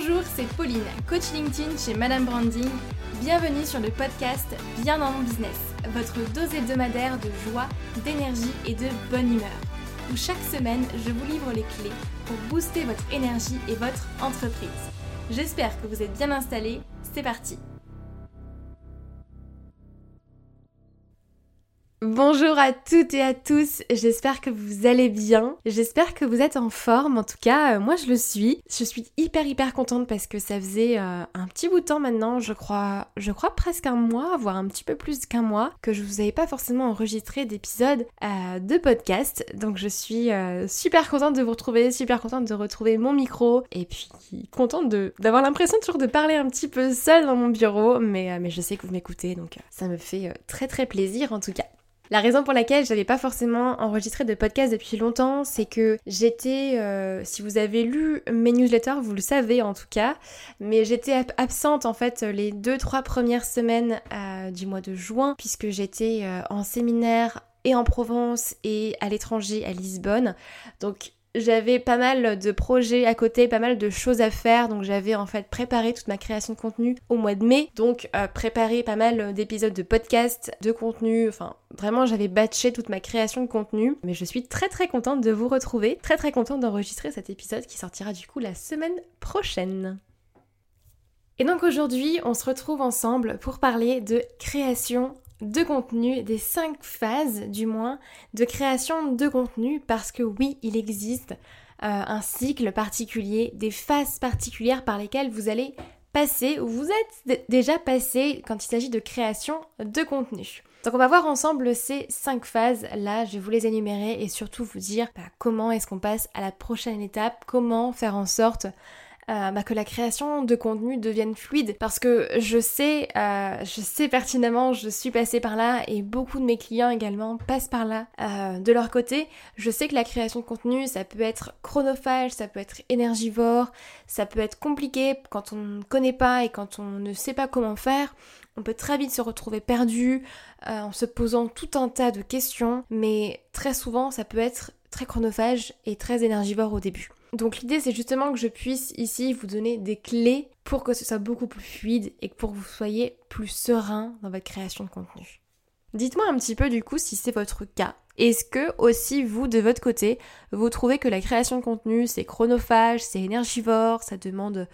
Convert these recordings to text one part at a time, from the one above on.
Bonjour, c'est Pauline, coach LinkedIn chez Madame Branding. Bienvenue sur le podcast Bien dans mon business, votre dose hebdomadaire de joie, d'énergie et de bonne humeur, où chaque semaine, je vous livre les clés pour booster votre énergie et votre entreprise. J'espère que vous êtes bien installés, c'est parti. Bonjour à toutes et à tous, j'espère que vous allez bien, j'espère que vous êtes en forme, en tout cas moi je le suis. Je suis hyper contente parce que ça faisait un petit bout de temps maintenant, je crois presque un mois, voire un petit peu plus qu'un mois, que je vous avais pas forcément enregistré d'épisodes de podcast. Donc je suis super contente de vous retrouver, super contente de retrouver mon micro et puis contente d'avoir l'impression toujours de parler un petit peu seule dans mon bureau, mais je sais que vous m'écoutez donc ça me fait très plaisir en tout cas. La raison pour laquelle j'avais pas forcément enregistré de podcast depuis longtemps, c'est que j'étais, si vous avez lu mes newsletters, vous le savez en tout cas, mais j'étais absente en fait les 2-3 premières semaines du mois de juin, puisque j'étais en séminaire et en Provence et à l'étranger à Lisbonne. Donc j'avais pas mal de projets à côté, pas mal de choses à faire, donc j'avais en fait préparé toute ma création de contenu au mois de mai, donc préparé pas mal d'épisodes de podcast, de contenu, enfin vraiment j'avais batché toute ma création de contenu, mais je suis très contente de vous retrouver, très contente d'enregistrer cet épisode qui sortira du coup la semaine prochaine. Et donc aujourd'hui, on se retrouve ensemble pour parler de création de contenu, des 5 phases du moins de création de contenu, parce que oui, il existe un cycle particulier, des phases particulières par lesquelles vous allez passer ou vous êtes déjà passé quand il s'agit de création de contenu. Donc on va voir ensemble ces 5 phases, là je vais vous les énumérer et surtout vous dire comment est-ce qu'on passe à la prochaine étape, comment faire en sorte que la création de contenu devienne fluide, parce que je sais pertinemment, je suis passée par là et beaucoup de mes clients également passent par là de leur côté. Je sais que la création de contenu ça peut être chronophage, ça peut être énergivore, ça peut être compliqué quand on ne connaît pas et quand on ne sait pas comment faire. On peut très vite se retrouver perdu en se posant tout un tas de questions, mais très souvent ça peut être très chronophage et très énergivore au début. Donc l'idée c'est justement que je puisse ici vous donner des clés pour que ce soit beaucoup plus fluide et pour que vous soyez plus serein dans votre création de contenu. Dites-moi un petit peu du coup si c'est votre cas. Est-ce que aussi vous de votre côté, vous trouvez que la création de contenu c'est chronophage, c'est énergivore, ça demande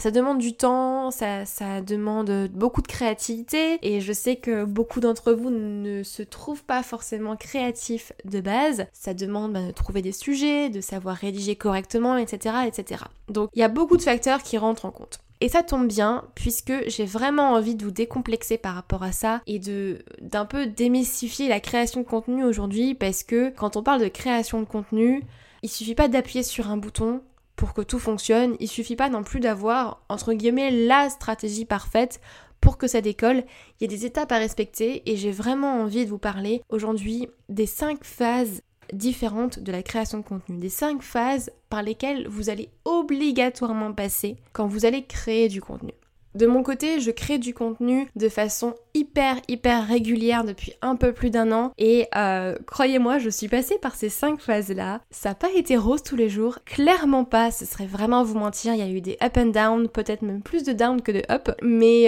du temps, ça demande beaucoup de créativité et je sais que beaucoup d'entre vous ne se trouvent pas forcément créatifs de base, ça demande de trouver des sujets, de savoir rédiger correctement, etc. Donc il y a beaucoup de facteurs qui rentrent en compte. Et ça tombe bien puisque j'ai vraiment envie de vous décomplexer par rapport à ça et d'un peu démystifier la création de contenu aujourd'hui, parce que quand on parle de création de contenu, il suffit pas d'appuyer sur un bouton pour que tout fonctionne, il suffit pas non plus d'avoir entre guillemets la stratégie parfaite pour que ça décolle. Il y a des étapes à respecter et j'ai vraiment envie de vous parler aujourd'hui des 5 phases différentes de la création de contenu, des 5 phases par lesquelles vous allez obligatoirement passer quand vous allez créer du contenu. De mon côté, je crée du contenu de façon hyper régulière depuis un peu plus d'1 an et croyez-moi, je suis passée par ces 5 phases-là. Ça n'a pas été rose tous les jours, clairement pas, ce serait vraiment vous mentir, il y a eu des up and down, peut-être même plus de down que de up, mais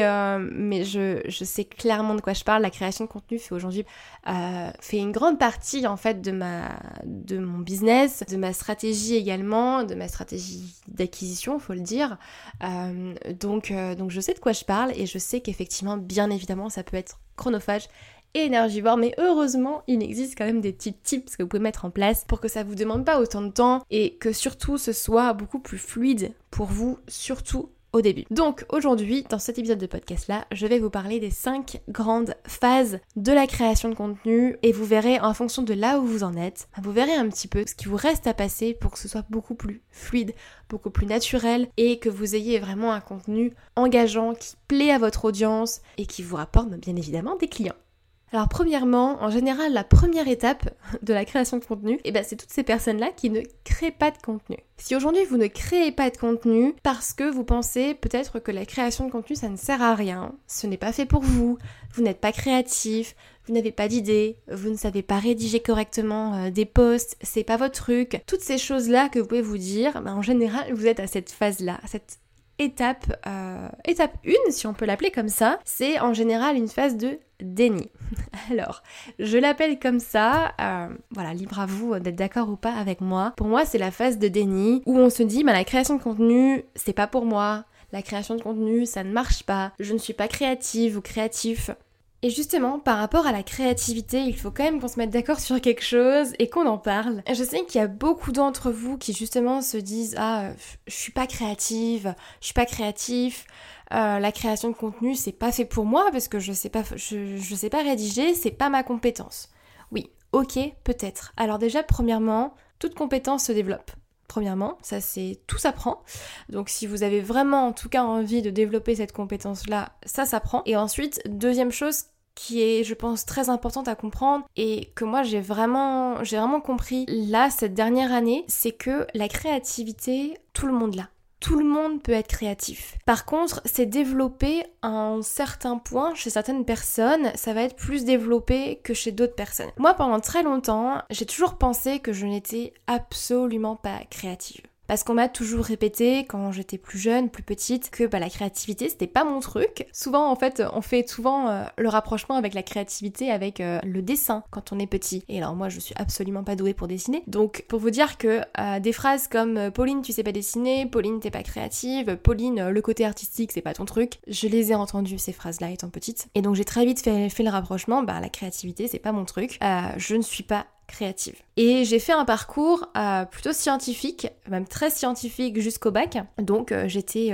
je sais clairement de quoi je parle. La création de contenu fait une grande partie en fait de mon business, de ma stratégie également, de ma stratégie d'acquisition, faut le dire. Donc je sais de quoi je parle et je sais qu'effectivement, bien évidemment, ça peut être chronophage et énergivore, mais heureusement, il existe quand même des petits tips que vous pouvez mettre en place pour que ça vous demande pas autant de temps et que surtout ce soit beaucoup plus fluide pour vous, surtout au début. Donc aujourd'hui, dans cet épisode de podcast là, je vais vous parler des 5 grandes phases de la création de contenu et vous verrez en fonction de là où vous en êtes, vous verrez un petit peu ce qui vous reste à passer pour que ce soit beaucoup plus fluide, beaucoup plus naturel et que vous ayez vraiment un contenu engageant qui plaît à votre audience et qui vous rapporte bien évidemment des clients. Alors premièrement, en général, la première étape de la création de contenu, c'est toutes ces personnes-là qui ne créent pas de contenu. Si aujourd'hui vous ne créez pas de contenu parce que vous pensez peut-être que la création de contenu ça ne sert à rien, ce n'est pas fait pour vous, vous n'êtes pas créatif, vous n'avez pas d'idée, vous ne savez pas rédiger correctement des posts, c'est pas votre truc, toutes ces choses-là que vous pouvez vous dire, en général vous êtes à cette phase-là, à cette étape 1, si on peut l'appeler comme ça, c'est en général une phase de déni. Alors, je l'appelle comme ça, voilà, libre à vous d'être d'accord ou pas avec moi. Pour moi, c'est la phase de déni où on se dit, la création de contenu, c'est pas pour moi, la création de contenu, ça ne marche pas, je ne suis pas créative ou créatif. Et justement, par rapport à la créativité, il faut quand même qu'on se mette d'accord sur quelque chose et qu'on en parle. Je sais qu'il y a beaucoup d'entre vous qui justement se disent « Ah, je suis pas créative, je suis pas créatif, la création de contenu, c'est pas fait pour moi parce que je sais pas rédiger, c'est pas ma compétence. » Oui, ok, peut-être. Alors déjà, premièrement, toute compétence se développe. Premièrement, ça c'est tout s'apprend. Donc si vous avez vraiment en tout cas envie de développer cette compétence-là, ça s'apprend. Et ensuite, deuxième chose qui est, je pense, très importante à comprendre et que moi j'ai vraiment compris là cette dernière année, c'est que la créativité, tout le monde l'a. Tout le monde peut être créatif. Par contre, c'est développé à un certain point chez certaines personnes, ça va être plus développé que chez d'autres personnes. Moi, pendant très longtemps, j'ai toujours pensé que je n'étais absolument pas créative. Parce qu'on m'a toujours répété, quand j'étais plus jeune, plus petite, que la créativité, c'était pas mon truc. Souvent, en fait, on fait souvent le rapprochement avec la créativité, avec le dessin, quand on est petit. Et alors moi, je suis absolument pas douée pour dessiner. Donc, pour vous dire que des phrases comme « Pauline, tu sais pas dessiner »,« Pauline, t'es pas créative »,« Pauline, le côté artistique, c'est pas ton truc », je les ai entendues, ces phrases-là, étant petite. Et donc, j'ai très vite fait le rapprochement, la créativité, c'est pas mon truc. Je ne suis pas créative. Et j'ai fait un parcours plutôt scientifique, même très scientifique jusqu'au bac. Donc j'étais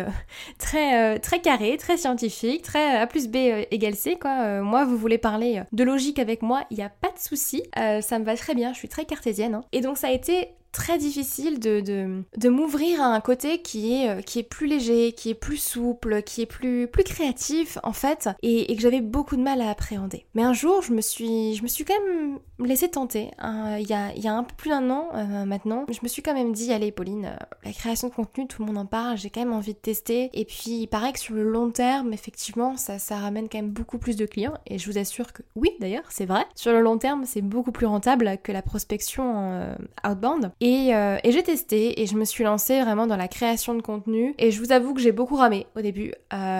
très carré, très scientifique, très A plus B égale C quoi. Moi vous voulez parler de logique avec moi, il n'y a pas de souci, ça me va très bien, je suis très cartésienne. Hein. Et donc ça a été très difficile de m'ouvrir à un côté qui est plus léger, qui est plus souple, qui est plus créatif en fait, et que j'avais beaucoup de mal à appréhender. Mais un jour, je me suis quand même laissée tenter. Il y a un peu plus d'un an maintenant, je me suis quand même dit, allez Pauline, la création de contenu, tout le monde en parle, j'ai quand même envie de tester. Et puis il paraît que sur le long terme, effectivement, ça ramène quand même beaucoup plus de clients. Et je vous assure que oui, d'ailleurs, c'est vrai. Sur le long terme, c'est beaucoup plus rentable que la prospection outbound. Et j'ai testé et je me suis lancée vraiment dans la création de contenu. Et je vous avoue que j'ai beaucoup ramé au début.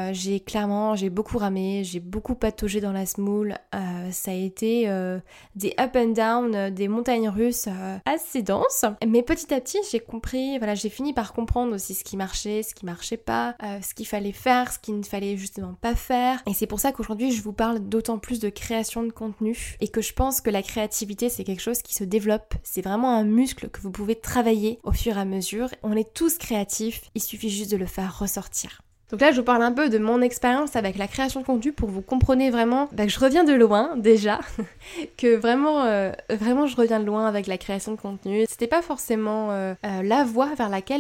J'ai beaucoup ramé, j'ai beaucoup pataugé dans la semoule. Ça a été des up and down, des montagnes russes assez denses. Mais petit à petit, j'ai compris, j'ai fini par comprendre aussi ce qui marchait pas, ce qu'il fallait faire, ce qu'il ne fallait justement pas faire. Et c'est pour ça qu'aujourd'hui, je vous parle d'autant plus de création de contenu et que je pense que la créativité, c'est quelque chose qui se développe. C'est vraiment un muscle que vous pouvez travailler au fur et à mesure. On est tous créatifs, il suffit juste de le faire ressortir. Donc là, je vous parle un peu de mon expérience avec la création de contenu pour que vous compreniez vraiment que je reviens de loin déjà, que vraiment je reviens de loin avec la création de contenu. C'était pas forcément la voie vers laquelle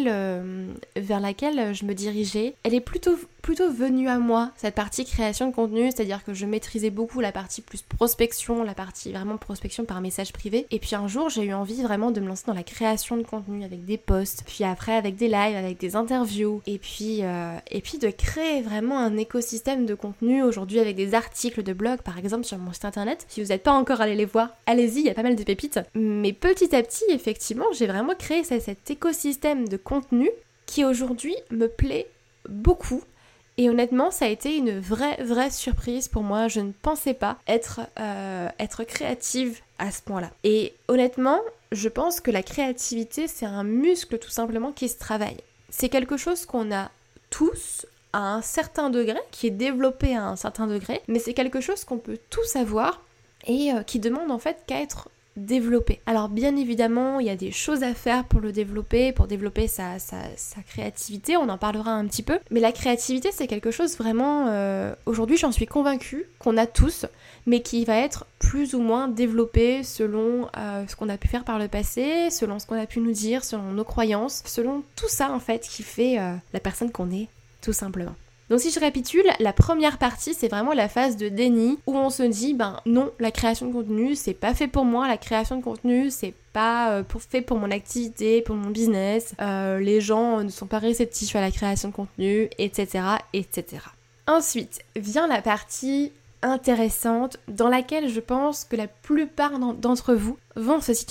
je me dirigeais. Elle est plutôt venue à moi, cette partie création de contenu, c'est-à-dire que je maîtrisais beaucoup la partie plus prospection, la partie vraiment prospection par message privé. Et puis un jour, j'ai eu envie vraiment de me lancer dans la création de contenu avec des posts, puis après avec des lives, avec des interviews, et puis de créer vraiment un écosystème de contenu aujourd'hui avec des articles de blog par exemple sur mon site internet. Si vous n'êtes pas encore allé les voir, allez-y, il y a pas mal de pépites. Mais petit à petit, effectivement, j'ai vraiment créé cet écosystème de contenu qui aujourd'hui me plaît beaucoup. Et honnêtement, ça a été une vraie surprise pour moi. Je ne pensais pas être créative à ce point-là. Et honnêtement, je pense que la créativité, c'est un muscle tout simplement qui se travaille. C'est quelque chose qu'on a tous à un certain degré, qui est développé à un certain degré, mais c'est quelque chose qu'on peut tous avoir et qui demande en fait qu'à être développé. Alors bien évidemment, il y a des choses à faire pour le développer, pour développer sa créativité, on en parlera un petit peu, mais la créativité c'est quelque chose vraiment, aujourd'hui j'en suis convaincue qu'on a tous, mais qui va être plus ou moins développé selon ce qu'on a pu faire par le passé, selon ce qu'on a pu nous dire, selon nos croyances, selon tout ça en fait qui fait la personne qu'on est, tout simplement. Donc si je récapitule, la première partie c'est vraiment la phase de déni où on se dit non, la création de contenu c'est pas fait pour moi, la création de contenu c'est pas fait pour mon activité, pour mon business, les gens ne sont pas réceptifs à la création de contenu, etc. etc. Ensuite vient la partie intéressante dans laquelle je pense que la plupart d'entre vous vont se situer.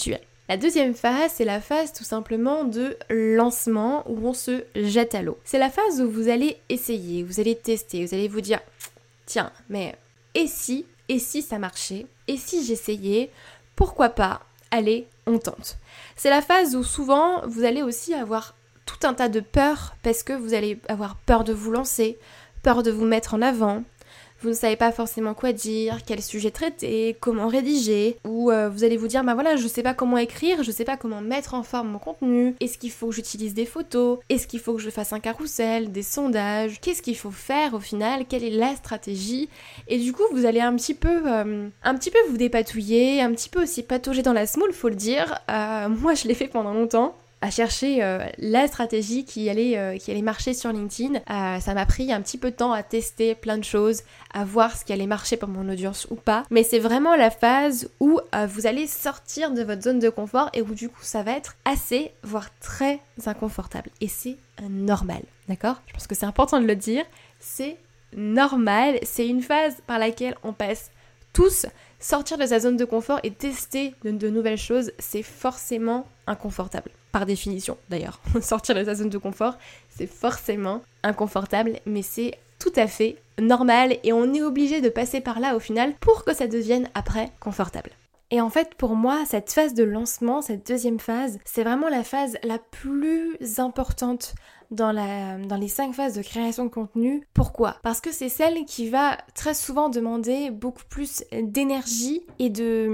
La deuxième phase, c'est la phase tout simplement de lancement où on se jette à l'eau. C'est la phase où vous allez essayer, vous allez tester, vous allez vous dire tiens, mais et si ça marchait? Et si j'essayais? Pourquoi pas? Allez, on tente. C'est la phase où souvent vous allez aussi avoir tout un tas de peurs parce que vous allez avoir peur de vous lancer, peur de vous mettre en avant. Vous ne savez pas forcément quoi dire, quel sujet traiter, comment rédiger, ou vous allez vous dire bah voilà, je sais pas comment écrire, je sais pas comment mettre en forme mon contenu, est-ce qu'il faut que j'utilise des photos, est-ce qu'il faut que je fasse un carrousel, des sondages, qu'est-ce qu'il faut faire au final, quelle est la stratégie, et du coup vous allez un petit peu vous dépatouiller, un petit peu aussi patauger dans la semoule, faut le dire. Moi je l'ai fait pendant longtemps, à chercher la stratégie qui allait marcher sur LinkedIn. Ça m'a pris un petit peu de temps à tester plein de choses, à voir ce qui allait marcher pour mon audience ou pas. Mais c'est vraiment la phase où vous allez sortir de votre zone de confort et où du coup ça va être assez, voire très inconfortable. Et c'est normal, d'accord? Je pense que c'est important de le dire. C'est normal, c'est une phase par laquelle on passe tous. Sortir de sa zone de confort et tester de nouvelles choses, c'est forcément inconfortable. Par définition, d'ailleurs. Sortir de sa zone de confort, c'est forcément inconfortable, mais c'est tout à fait normal et on est obligé de passer par là au final pour que ça devienne après confortable. Et en fait, pour moi, cette phase de lancement, cette deuxième phase, c'est vraiment la phase la plus importante dans les 5 phases de création de contenu. Pourquoi? Parce que c'est celle qui va très souvent demander beaucoup plus d'énergie et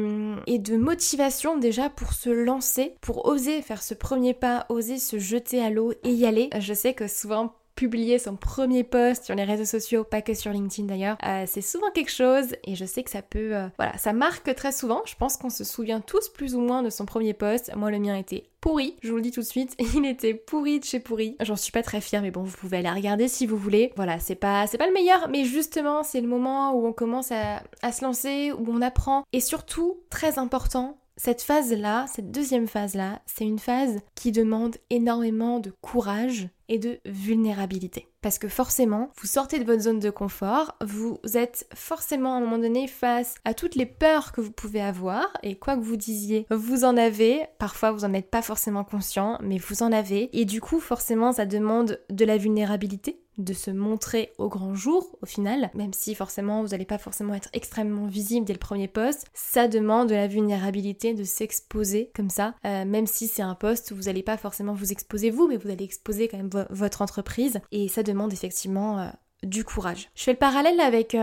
de motivation déjà pour se lancer, pour oser faire ce premier pas, oser se jeter à l'eau et y aller. Je sais que souvent, publier son premier post sur les réseaux sociaux, pas que sur LinkedIn d'ailleurs, c'est souvent quelque chose et je sais que ça peut... ça marque très souvent. Je pense qu'on se souvient tous plus ou moins de son premier post. Moi, le mien était pourri, je vous le dis tout de suite, il était pourri de chez pourri. J'en suis pas très fière, mais bon, vous pouvez aller regarder si vous voulez. Voilà, c'est pas le meilleur, mais justement, c'est le moment où on commence à se lancer, où on apprend. Et surtout, très important, cette phase-là, cette deuxième phase-là, c'est une phase qui demande énormément de courage et de vulnérabilité. Parce que forcément, vous sortez de votre zone de confort, vous êtes forcément à un moment donné face à toutes les peurs que vous pouvez avoir, et quoi que vous disiez, vous en avez, parfois vous n'en êtes pas forcément conscient, mais vous en avez, et du coup forcément ça demande de la vulnérabilité, de se montrer au grand jour au final, même si forcément vous n'allez pas forcément être extrêmement visible dès le premier post, ça demande de la vulnérabilité, de s'exposer comme ça, même si c'est un post où vous n'allez pas forcément vous exposer vous, mais vous allez exposer quand même votre entreprise, et ça demande effectivement du courage. Je fais le parallèle avec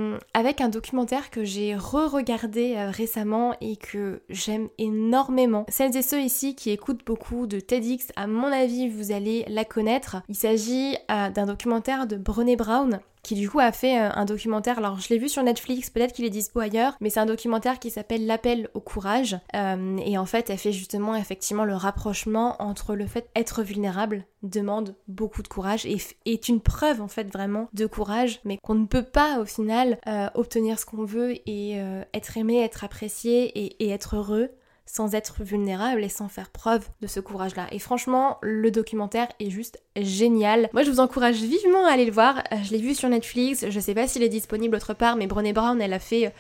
un documentaire que j'ai re-regardé récemment et que j'aime énormément. Celles et ceux ici qui écoutent beaucoup de TEDx, à mon avis vous allez la connaître. Il s'agit d'un documentaire de Brené Brown qui du coup a fait un documentaire, alors je l'ai vu sur Netflix, peut-être qu'il est dispo ailleurs, mais c'est un documentaire qui s'appelle L'appel au courage, et en fait elle fait justement effectivement le rapprochement entre le fait d'être vulnérable demande beaucoup de courage et est une preuve en fait vraiment de courage, mais qu'on ne peut pas au final obtenir ce qu'on veut et être aimé, être apprécié et être heureux sans être vulnérable et sans faire preuve de ce courage-là. Et franchement, le documentaire est juste génial. Moi, je vous encourage vivement à aller le voir. Je l'ai vu sur Netflix, je sais pas s'il est disponible autre part, mais Brené Brown, elle a fait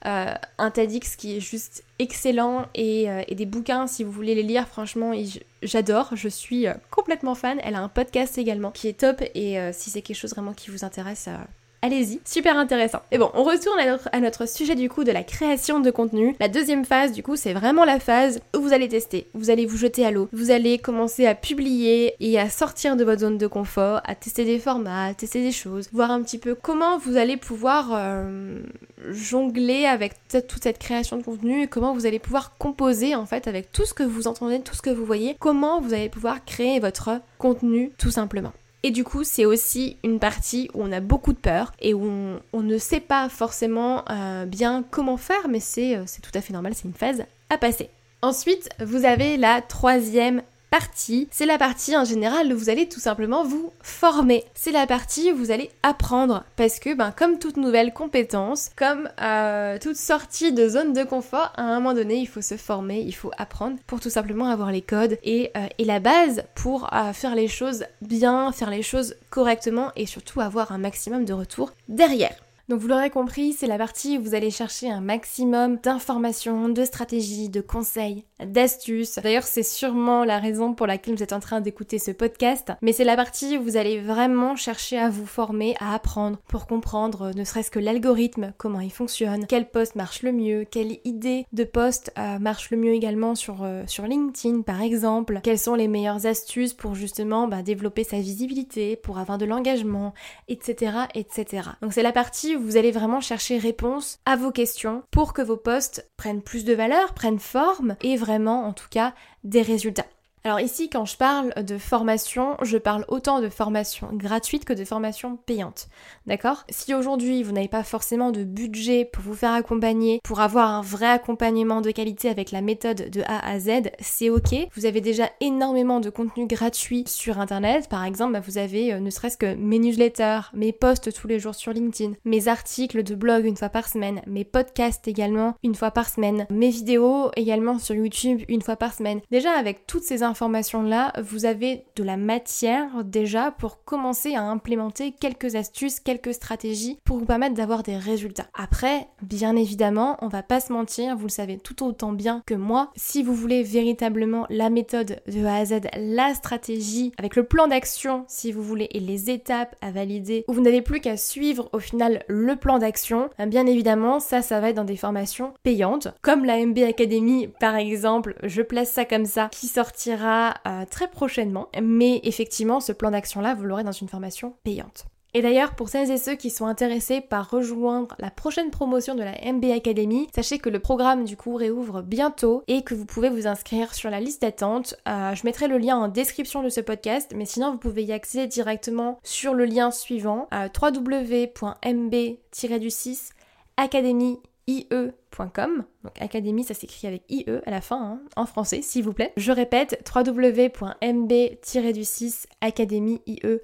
un TEDx qui est juste excellent et des bouquins, si vous voulez les lire, franchement, j'adore. Je suis complètement fan. Elle a un podcast également qui est top et si c'est quelque chose vraiment qui vous intéresse... allez-y, super intéressant. Et bon, on retourne à notre sujet du coup de la création de contenu. La deuxième phase du coup, c'est vraiment la phase où vous allez tester, vous allez vous jeter à l'eau, vous allez commencer à publier et à sortir de votre zone de confort, à tester des formats, à tester des choses, voir un petit peu comment vous allez pouvoir jongler avec toute cette création de contenu et comment vous allez pouvoir composer en fait avec tout ce que vous entendez, tout ce que vous voyez, comment vous allez pouvoir créer votre contenu tout simplement. Et du coup, c'est aussi une partie où on a beaucoup de peur et où on ne sait pas forcément bien comment faire, mais c'est tout à fait normal, c'est une phase à passer. Ensuite, vous avez la troisième partie. C'est la partie en général où vous allez tout simplement vous former. C'est la partie où vous allez apprendre parce que comme toute nouvelle compétence, comme toute sortie de zone de confort, à un moment donné il faut se former, il faut apprendre pour tout simplement avoir les codes et la base pour faire les choses bien, faire les choses correctement et surtout avoir un maximum de retours derrière. Donc vous l'aurez compris, c'est la partie où vous allez chercher un maximum d'informations, de stratégies, de conseils, d'astuces. D'ailleurs, c'est sûrement la raison pour laquelle vous êtes en train d'écouter ce podcast, mais c'est la partie où vous allez vraiment chercher à vous former, à apprendre pour comprendre ne serait-ce que l'algorithme, comment il fonctionne, quel post marche le mieux, quelle idée de post marche le mieux également sur LinkedIn par exemple, quelles sont les meilleures astuces pour justement développer sa visibilité, pour avoir de l'engagement, etc. etc. Donc c'est la partie où vous allez vraiment chercher réponse à vos questions pour que vos posts prennent plus de valeur, prennent forme et vraiment en tout cas des résultats. Alors ici, quand je parle de formation, je parle autant de formation gratuite que de formation payante, d'accord ? Si aujourd'hui, vous n'avez pas forcément de budget pour vous faire accompagner, pour avoir un vrai accompagnement de qualité avec la méthode de A à Z, c'est ok. Vous avez déjà énormément de contenu gratuit sur Internet. Par exemple, vous avez ne serait-ce que mes newsletters, mes posts tous les jours sur LinkedIn, mes articles de blog une fois par semaine, mes podcasts également une fois par semaine, mes vidéos également sur YouTube une fois par semaine. Déjà, avec toutes ces informations-là, vous avez de la matière déjà pour commencer à implémenter quelques astuces, quelques stratégies pour vous permettre d'avoir des résultats. Après, bien évidemment, on va pas se mentir, vous le savez tout autant bien que moi, si vous voulez véritablement la méthode de A à Z, la stratégie, avec le plan d'action si vous voulez et les étapes à valider, où vous n'avez plus qu'à suivre au final le plan d'action, bien évidemment, ça va être dans des formations payantes, comme la MB Academy par exemple, je place ça comme ça, qui sortira très prochainement, mais effectivement ce plan d'action là vous l'aurez dans une formation payante. Et d'ailleurs, pour celles et ceux qui sont intéressés par rejoindre la prochaine promotion de la MB Academy, sachez que le programme du coup réouvre bientôt et que vous pouvez vous inscrire sur la liste d'attente. Je mettrai le lien en description de ce podcast, mais sinon vous pouvez y accéder directement sur le lien suivant, www.mb-academy.com. Donc académie, ça s'écrit avec IE à la fin, en français, s'il vous plaît. Je répète, www.mb-academy.com.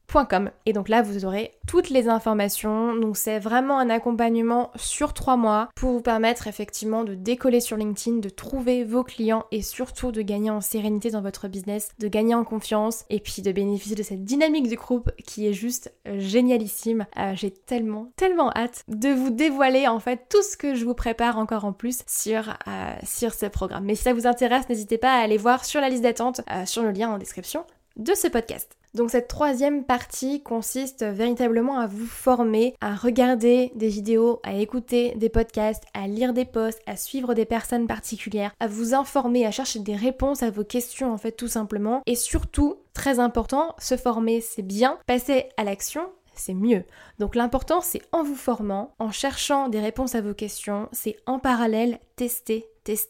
Et donc là, vous aurez toutes les informations. Donc c'est vraiment un accompagnement sur 3 mois pour vous permettre effectivement de décoller sur LinkedIn, de trouver vos clients et surtout de gagner en sérénité dans votre business, de gagner en confiance et puis de bénéficier de cette dynamique du groupe qui est juste génialissime. J'ai tellement hâte de vous dévoiler en fait tout ce que je vous prépare encore en plus sur ce programme. Mais si ça vous intéresse, n'hésitez pas à aller voir sur la liste d'attente, sur le lien en description de ce podcast. Donc cette troisième partie consiste véritablement à vous former, à regarder des vidéos, à écouter des podcasts, à lire des posts, à suivre des personnes particulières, à vous informer, à chercher des réponses à vos questions en fait tout simplement. Et surtout, très important, se former c'est bien, passer à l'action c'est mieux. Donc l'important c'est en vous formant, en cherchant des réponses à vos questions, c'est en parallèle tester.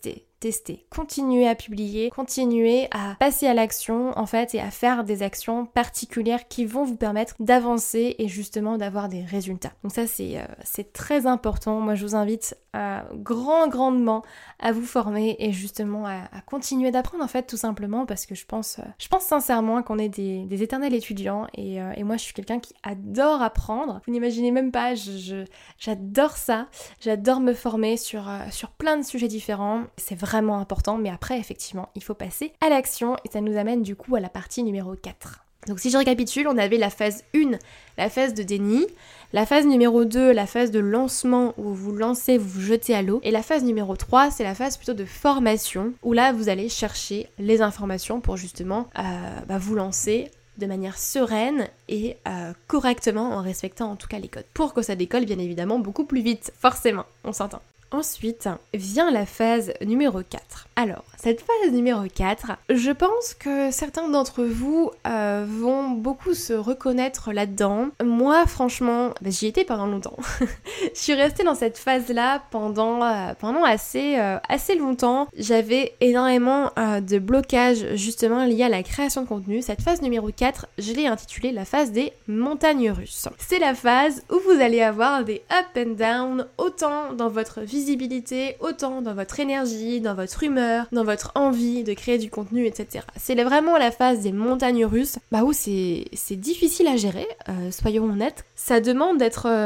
Continuez à publier, continuez à passer à l'action en fait et à faire des actions particulières qui vont vous permettre d'avancer et justement d'avoir des résultats. Donc ça c'est très important. Moi je vous invite grandement à vous former et justement à continuer d'apprendre en fait tout simplement parce que je pense sincèrement qu'on est des éternels étudiants et moi je suis quelqu'un qui adore apprendre. Vous n'imaginez même pas, j'adore ça, j'adore me former sur plein de sujets différents. C'est vraiment important, mais après effectivement il faut passer à l'action et ça nous amène du coup à la partie numéro 4. Donc si je récapitule, on avait la phase 1, la phase de déni, la phase numéro 2, la phase de lancement où vous lancez, vous vous jetez à l'eau, et la phase numéro 3, c'est la phase plutôt de formation où là vous allez chercher les informations pour justement vous lancer de manière sereine et correctement en respectant en tout cas les codes. Pour que ça décolle bien évidemment beaucoup plus vite, forcément, on s'entend. Ensuite vient la phase numéro 4. Alors, cette phase numéro 4, je pense que certains d'entre vous vont beaucoup se reconnaître là-dedans. Moi, franchement, j'y étais pendant longtemps. Je suis restée dans cette phase-là pendant assez longtemps. J'avais énormément de blocages justement liés à la création de contenu. Cette phase numéro 4, je l'ai intitulée la phase des montagnes russes. C'est la phase où vous allez avoir des up and down, autant dans votre visibilité visibilité, autant dans votre énergie, dans votre humeur, dans votre envie de créer du contenu, etc. C'est vraiment la phase des montagnes russes, où c'est difficile à gérer, soyons honnêtes. Ça demande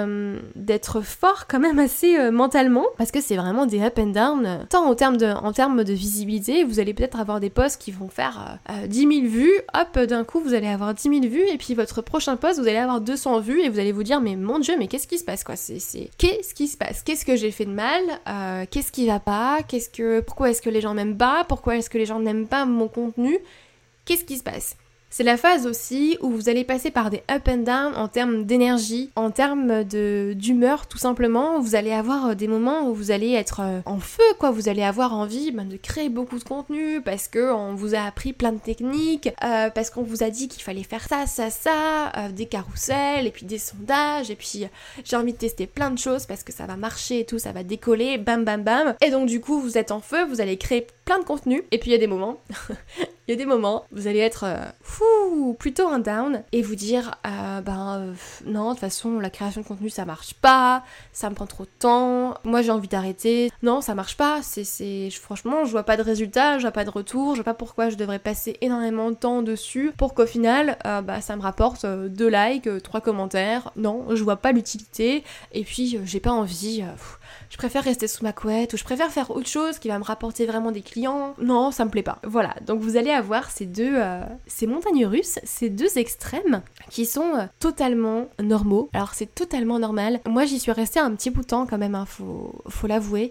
d'être fort quand même assez mentalement, parce que c'est vraiment des up and down, tant en termes de visibilité, vous allez peut-être avoir des posts qui vont faire 10 000 vues, hop, d'un coup vous allez avoir 10 000 vues, et puis votre prochain post, vous allez avoir 200 vues, et vous allez vous dire, mais mon Dieu, mais qu'est-ce qui se passe, quoi, qu'est-ce qui se passe? Qu'est-ce que j'ai fait de mal? Qu'est-ce qui va pas? Pourquoi est-ce que les gens m'aiment pas? Pourquoi est-ce que les gens n'aiment pas mon contenu? Qu'est-ce qui se passe? C'est la phase aussi où vous allez passer par des up and down en termes d'énergie, en termes d'humeur tout simplement. Vous allez avoir des moments où vous allez être en feu, quoi. Vous allez avoir envie de créer beaucoup de contenu parce qu'on vous a appris plein de techniques, parce qu'on vous a dit qu'il fallait faire ça, des carousels et puis des sondages et puis j'ai envie de tester plein de choses parce que ça va marcher et tout, ça va décoller, bam bam bam. Et donc du coup vous êtes en feu, vous allez créer plein de contenu et puis il y a des moments... Il y a des moments, vous allez être plutôt un down et vous dire non, de toute façon la création de contenu ça marche pas, ça me prend trop de temps, moi j'ai envie d'arrêter, non ça marche pas, franchement je vois pas de résultat, je vois pas de retour, je vois pas pourquoi je devrais passer énormément de temps dessus pour qu'au final ça me rapporte 2 likes, 3 commentaires, non je vois pas l'utilité et puis j'ai pas envie, je préfère rester sous ma couette ou je préfère faire autre chose qui va me rapporter vraiment des clients, non ça me plaît pas. Voilà, donc vous allez avoir ces montagnes russes, ces deux extrêmes qui sont totalement normaux. Alors c'est totalement normal. Moi j'y suis restée un petit bout de temps quand même, faut l'avouer,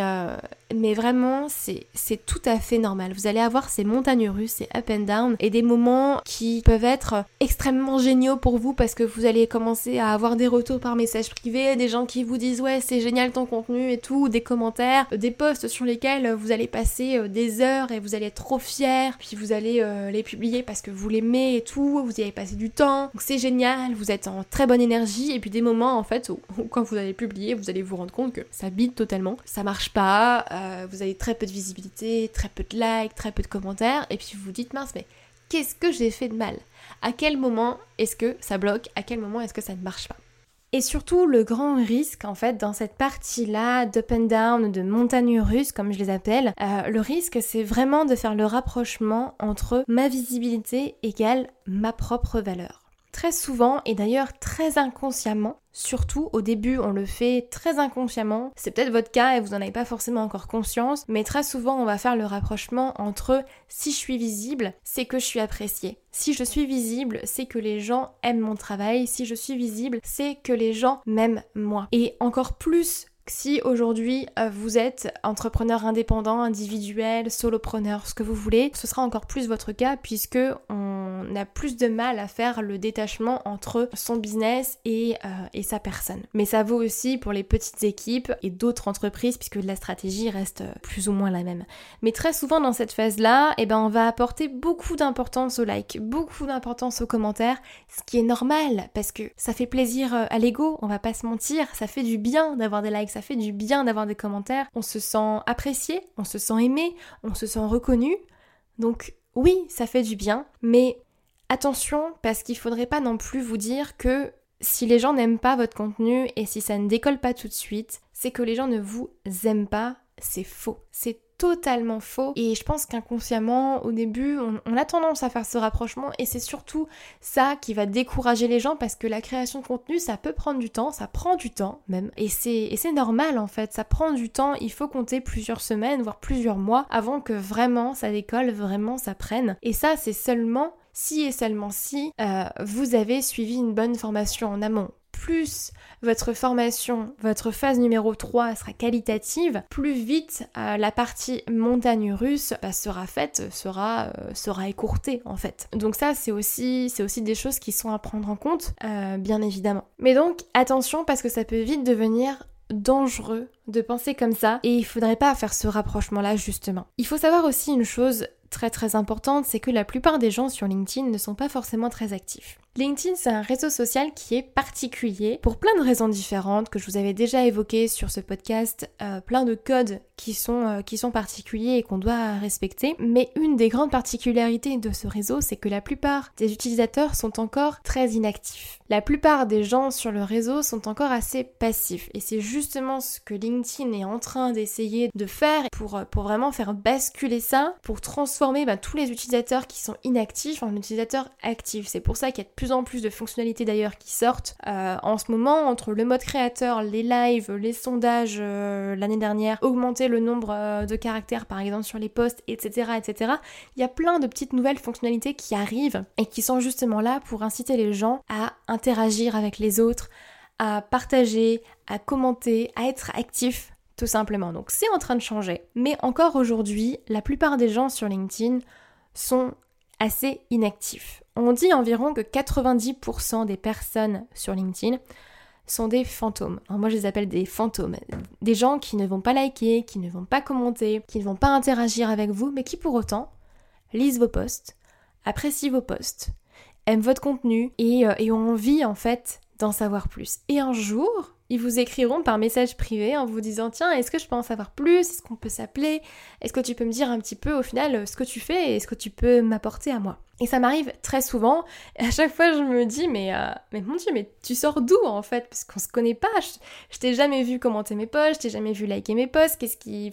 mais vraiment c'est tout à fait normal. Vous allez avoir ces montagnes russes, ces up and down et des moments qui peuvent être extrêmement géniaux pour vous parce que vous allez commencer à avoir des retours par message privé, des gens qui vous disent ouais c'est génial ton contenu et tout, des commentaires, des posts sur lesquels vous allez passer des heures et vous allez être trop fiers, puis vous allez les publier parce que vous l'aimez et tout, vous y avez passé du temps, donc c'est génial, vous êtes en très bonne énergie, et puis des moments en fait où quand vous allez publier, vous allez vous rendre compte que ça bide totalement, ça marche pas, vous avez très peu de visibilité, très peu de likes, très peu de commentaires, et puis vous vous dites mince mais qu'est-ce que j'ai fait de mal? À quel moment est-ce que ça bloque? À quel moment est-ce que ça ne marche pas? Et surtout, le grand risque, en fait, dans cette partie-là d'up and down, de montagnes russes, comme je les appelle, le risque, c'est vraiment de faire le rapprochement entre ma visibilité égale ma propre valeur. Très souvent, et d'ailleurs très inconsciemment, surtout au début on le fait très inconsciemment, c'est peut-être votre cas et vous n'en avez pas forcément encore conscience, mais très souvent on va faire le rapprochement entre si je suis visible, c'est que je suis appréciée. Si je suis visible, c'est que les gens aiment mon travail. Si je suis visible, c'est que les gens m'aiment moi. Et encore plus si aujourd'hui vous êtes entrepreneur indépendant, individuel, solopreneur, ce que vous voulez, ce sera encore plus votre cas puisque on a plus de mal à faire le détachement entre son business et sa personne. Mais ça vaut aussi pour les petites équipes et d'autres entreprises puisque la stratégie reste plus ou moins la même. Mais très souvent dans cette phase-là, on va apporter beaucoup d'importance aux likes, beaucoup d'importance aux commentaires, ce qui est normal parce que ça fait plaisir à l'ego, on va pas se mentir, ça fait du bien d'avoir des likes, ça fait du bien d'avoir des commentaires, on se sent apprécié, on se sent aimé, on se sent reconnu. Donc oui, ça fait du bien, mais attention parce qu'il faudrait pas non plus vous dire que si les gens n'aiment pas votre contenu et si ça ne décolle pas tout de suite, c'est que les gens ne vous aiment pas, c'est faux. C'est totalement faux et je pense qu'inconsciemment au début on a tendance à faire ce rapprochement et c'est surtout ça qui va décourager les gens parce que la création de contenu ça peut prendre du temps, ça prend du temps même et c'est normal en fait, ça prend du temps, il faut compter plusieurs semaines voire plusieurs mois avant que vraiment ça décolle, vraiment ça prenne et ça c'est seulement si et seulement si vous avez suivi une bonne formation en amont. Plus votre formation, votre phase numéro 3 sera qualitative, plus vite la partie montagne russe sera faite, sera écourtée en fait. Donc ça c'est aussi des choses qui sont à prendre en compte, bien évidemment. Mais donc attention parce que ça peut vite devenir dangereux de penser comme ça et il faudrait pas faire ce rapprochement là justement. Il faut savoir aussi une chose très très importante, c'est que la plupart des gens sur LinkedIn ne sont pas forcément très actifs. LinkedIn, c'est un réseau social qui est particulier pour plein de raisons différentes que je vous avais déjà évoquées sur ce podcast, plein de codes qui sont particuliers et qu'on doit respecter. Mais une des grandes particularités de ce réseau, c'est que la plupart des utilisateurs sont encore très inactifs. La plupart des gens sur le réseau sont encore assez passifs. Et c'est justement ce que LinkedIn est en train d'essayer de faire pour vraiment faire basculer ça, pour transformer tous les utilisateurs qui sont inactifs en utilisateurs actifs. C'est pour ça qu'il y a de plus en plus de fonctionnalités d'ailleurs qui sortent en ce moment, entre le mode créateur, les lives, les sondages l'année dernière, augmenter le nombre de caractères par exemple sur les posts, etc., etc. Il y a plein de petites nouvelles fonctionnalités qui arrivent et qui sont justement là pour inciter les gens à interagir avec les autres, à partager, à commenter, à être actifs tout simplement. Donc c'est en train de changer. Mais encore aujourd'hui, la plupart des gens sur LinkedIn sont assez inactifs. On dit environ que 90% des personnes sur LinkedIn sont des fantômes. Alors moi je les appelle des fantômes. Des gens qui ne vont pas liker, qui ne vont pas commenter, qui ne vont pas interagir avec vous, mais qui pour autant lisent vos posts, apprécient vos posts, aiment votre contenu et ont envie en fait d'en savoir plus. Et un jour, ils vous écriront par message privé en vous disant « Tiens, est-ce que je peux en savoir plus ? Est-ce qu'on peut s'appeler ? Est-ce que tu peux me dire un petit peu au final ce que tu fais et ce que tu peux m'apporter à moi ?» Et ça m'arrive très souvent, et à chaque fois je me dis mais mon Dieu, mais tu sors d'où en fait ? Parce qu'on se connaît pas, je t'ai jamais vu commenter mes posts, je t'ai jamais vu liker mes posts, qu'est-ce qui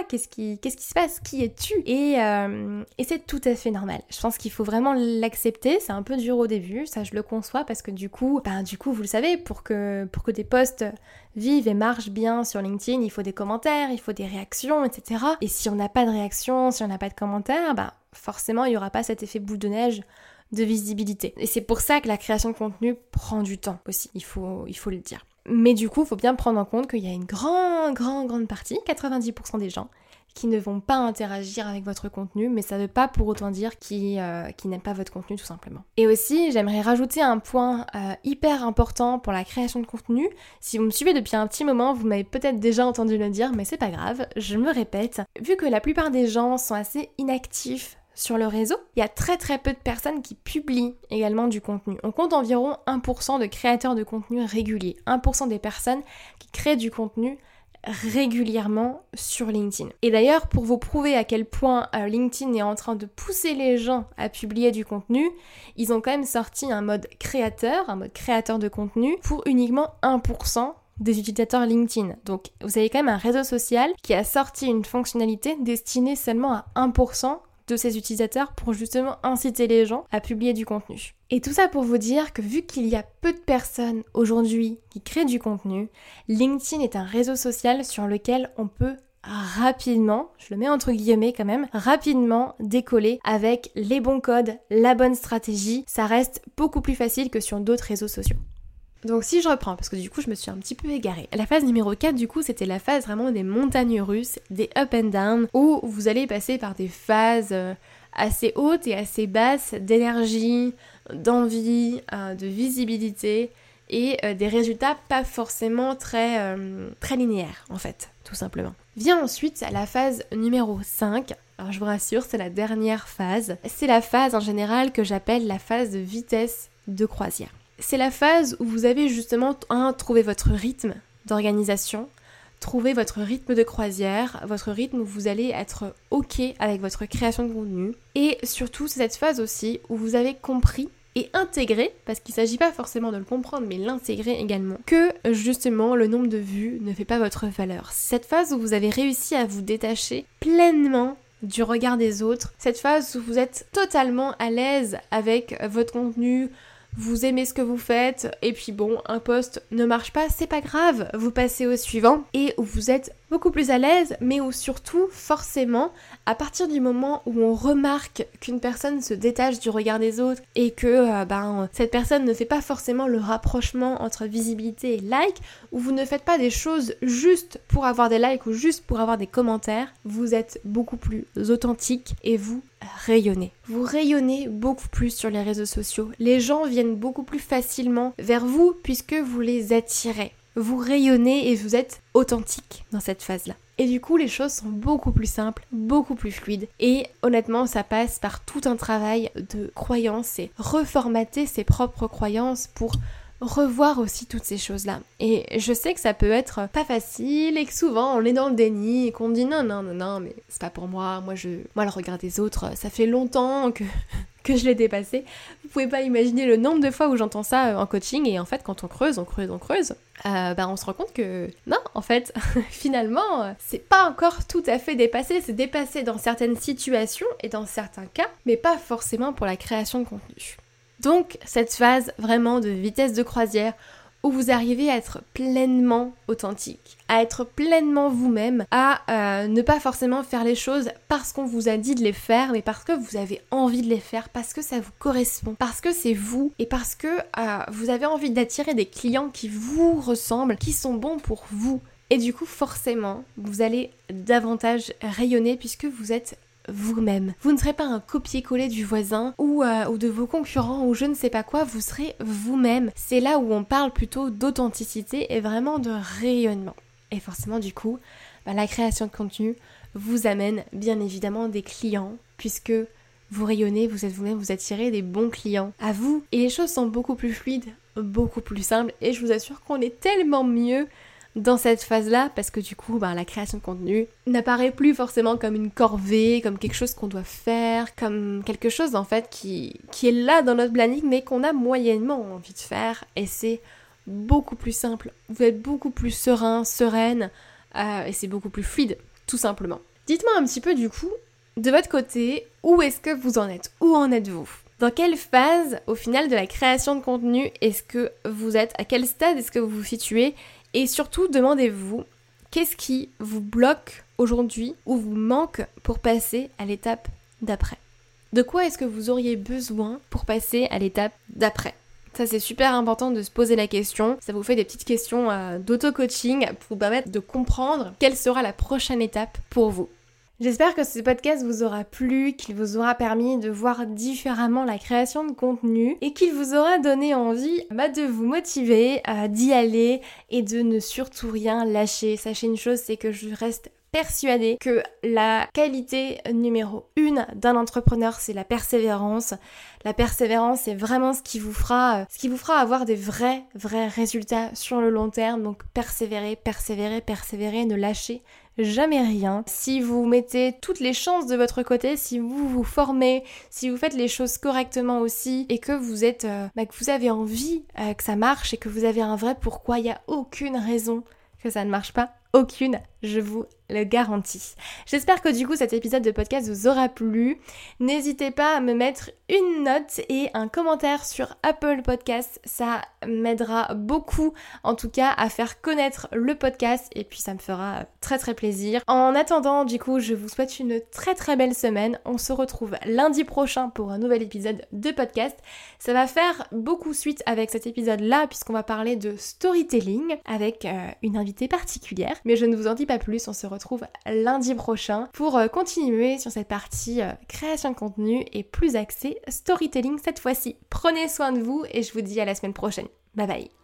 se passe ? Qui es-tu ? Et c'est tout à fait normal. Je pense qu'il faut vraiment l'accepter, c'est un peu dur au début, ça je le conçois, parce que du coup vous le savez, pour que des posts vivent et marchent bien sur LinkedIn, il faut des commentaires, il faut des réactions, etc. Et si on n'a pas de réactions, si on n'a pas de commentaires, forcément il n'y aura pas cet effet boule de neige de visibilité. Et c'est pour ça que la création de contenu prend du temps aussi, il faut le dire. Mais du coup, il faut bien prendre en compte qu'il y a une grande partie, 90% des gens, qui ne vont pas interagir avec votre contenu, mais ça ne veut pas pour autant dire qu'ils n'aiment pas votre contenu tout simplement. Et aussi, j'aimerais rajouter un point hyper important pour la création de contenu. Si vous me suivez depuis un petit moment, vous m'avez peut-être déjà entendu le dire, mais c'est pas grave, je me répète. Vu que la plupart des gens sont assez inactifs sur le réseau, il y a très peu de personnes qui publient également du contenu. On compte environ 1% de créateurs de contenu réguliers, 1% des personnes qui créent du contenu régulièrement sur LinkedIn. Et d'ailleurs, pour vous prouver à quel point LinkedIn est en train de pousser les gens à publier du contenu, ils ont quand même sorti un mode créateur de contenu pour uniquement 1% des utilisateurs LinkedIn. Donc vous avez quand même un réseau social qui a sorti une fonctionnalité destinée seulement à 1% de ses utilisateurs pour justement inciter les gens à publier du contenu. Et tout ça pour vous dire que vu qu'il y a peu de personnes aujourd'hui qui créent du contenu, LinkedIn est un réseau social sur lequel on peut rapidement, je le mets entre guillemets quand même, rapidement décoller avec les bons codes, la bonne stratégie. Ça reste beaucoup plus facile que sur d'autres réseaux sociaux. Donc si je reprends, parce que du coup je me suis un petit peu égarée. La phase numéro 4 du coup c'était la phase vraiment des montagnes russes, des up and down, où vous allez passer par des phases assez hautes et assez basses d'énergie, d'envie, de visibilité et des résultats pas forcément très linéaires en fait, tout simplement. Vient ensuite la phase numéro 5. Alors je vous rassure, c'est la dernière phase. C'est la phase en général que j'appelle la phase de vitesse de croisière. C'est la phase où vous avez justement trouvé votre rythme d'organisation, trouvé votre rythme de croisière, votre rythme où vous allez être OK avec votre création de contenu. Et surtout, c'est cette phase aussi où vous avez compris et intégré, parce qu'il ne s'agit pas forcément de le comprendre, mais l'intégrer également, que justement le nombre de vues ne fait pas votre valeur. C'est cette phase où vous avez réussi à vous détacher pleinement du regard des autres, cette phase où vous êtes totalement à l'aise avec votre contenu, vous aimez ce que vous faites, et puis bon, un post ne marche pas, c'est pas grave, vous passez au suivant, et où vous êtes beaucoup plus à l'aise, mais où surtout, forcément, à partir du moment où on remarque qu'une personne se détache du regard des autres, et que cette personne ne fait pas forcément le rapprochement entre visibilité et like, où vous ne faites pas des choses juste pour avoir des likes ou juste pour avoir des commentaires, vous êtes beaucoup plus authentique et vous rayonnez. Vous rayonnez beaucoup plus sur les réseaux sociaux. Les gens viennent beaucoup plus facilement vers vous puisque vous les attirez. Vous rayonnez et vous êtes authentique dans cette phase-là. Et du coup, les choses sont beaucoup plus simples, beaucoup plus fluides. Et honnêtement, ça passe par tout un travail de croyances et reformater ses propres croyances pour revoir aussi toutes ces choses-là. Et je sais que ça peut être pas facile et que souvent on est dans le déni et qu'on dit non, mais c'est pas pour moi, moi le regard des autres, ça fait longtemps que je l'ai dépassé. Vous pouvez pas imaginer le nombre de fois où j'entends ça en coaching et en fait quand on creuse, on se rend compte que non, en fait, finalement, c'est pas encore tout à fait dépassé, c'est dépassé dans certaines situations et dans certains cas, mais pas forcément pour la création de contenu. Donc, cette phase vraiment de vitesse de croisière où vous arrivez à être pleinement authentique, à être pleinement vous-même, à ne pas forcément faire les choses parce qu'on vous a dit de les faire, mais parce que vous avez envie de les faire, parce que ça vous correspond, parce que c'est vous et parce que vous avez envie d'attirer des clients qui vous ressemblent, qui sont bons pour vous. Et du coup, forcément, vous allez davantage rayonner puisque vous êtes vous-même. Vous ne serez pas un copier-coller du voisin ou de vos concurrents ou je ne sais pas quoi, vous serez vous-même. C'est là où on parle plutôt d'authenticité et vraiment de rayonnement. Et forcément du coup, la création de contenu vous amène bien évidemment des clients puisque vous rayonnez, vous êtes vous-même, vous attirez des bons clients à vous. Et les choses sont beaucoup plus fluides, beaucoup plus simples et je vous assure qu'on est tellement mieux dans cette phase-là, parce que du coup, la création de contenu n'apparaît plus forcément comme une corvée, comme quelque chose qu'on doit faire, comme quelque chose en fait qui est là dans notre planning, mais qu'on a moyennement envie de faire, et c'est beaucoup plus simple. Vous êtes beaucoup plus sereine, et c'est beaucoup plus fluide, tout simplement. Dites-moi un petit peu du coup, de votre côté, où est-ce que vous en êtes? Où en êtes-vous? Dans quelle phase, au final, de la création de contenu est-ce que vous êtes? À quel stade est-ce que vous vous situez? Et surtout, demandez-vous, qu'est-ce qui vous bloque aujourd'hui ou vous manque pour passer à l'étape d'après? De quoi est-ce que vous auriez besoin pour passer à l'étape d'après? Ça, c'est super important de se poser la question. Ça vous fait des petites questions d'auto-coaching pour vous permettre de comprendre quelle sera la prochaine étape pour vous. J'espère que ce podcast vous aura plu, qu'il vous aura permis de voir différemment la création de contenu et qu'il vous aura donné envie de vous motiver, d'y aller et de ne surtout rien lâcher. Sachez une chose, c'est que je reste persuadée que la qualité numéro 1 d'un entrepreneur, c'est la persévérance. La persévérance, c'est vraiment ce qui vous fera avoir des vrais résultats sur le long terme. Donc persévérer, ne lâchez jamais rien. Si vous mettez toutes les chances de votre côté, si vous vous formez, si vous faites les choses correctement aussi et que vous êtes, que vous avez envie que ça marche et que vous avez un vrai pourquoi, il n'y a aucune raison que ça ne marche pas. Aucune, je vous le garantis. J'espère que du coup cet épisode de podcast vous aura plu. N'hésitez pas à me mettre une note et un commentaire sur Apple Podcast. Ça m'aidera beaucoup en tout cas à faire connaître le podcast et puis ça me fera très plaisir. En attendant du coup je vous souhaite une très belle semaine. On se retrouve lundi prochain pour un nouvel épisode de podcast. Ça va faire beaucoup suite avec cet épisode là puisqu'on va parler de storytelling avec une invitée particulière. Mais je ne vous en dis pas plus, on se retrouve lundi prochain pour continuer sur cette partie création de contenu et plus axée storytelling cette fois-ci. Prenez soin de vous et je vous dis à la semaine prochaine. Bye bye.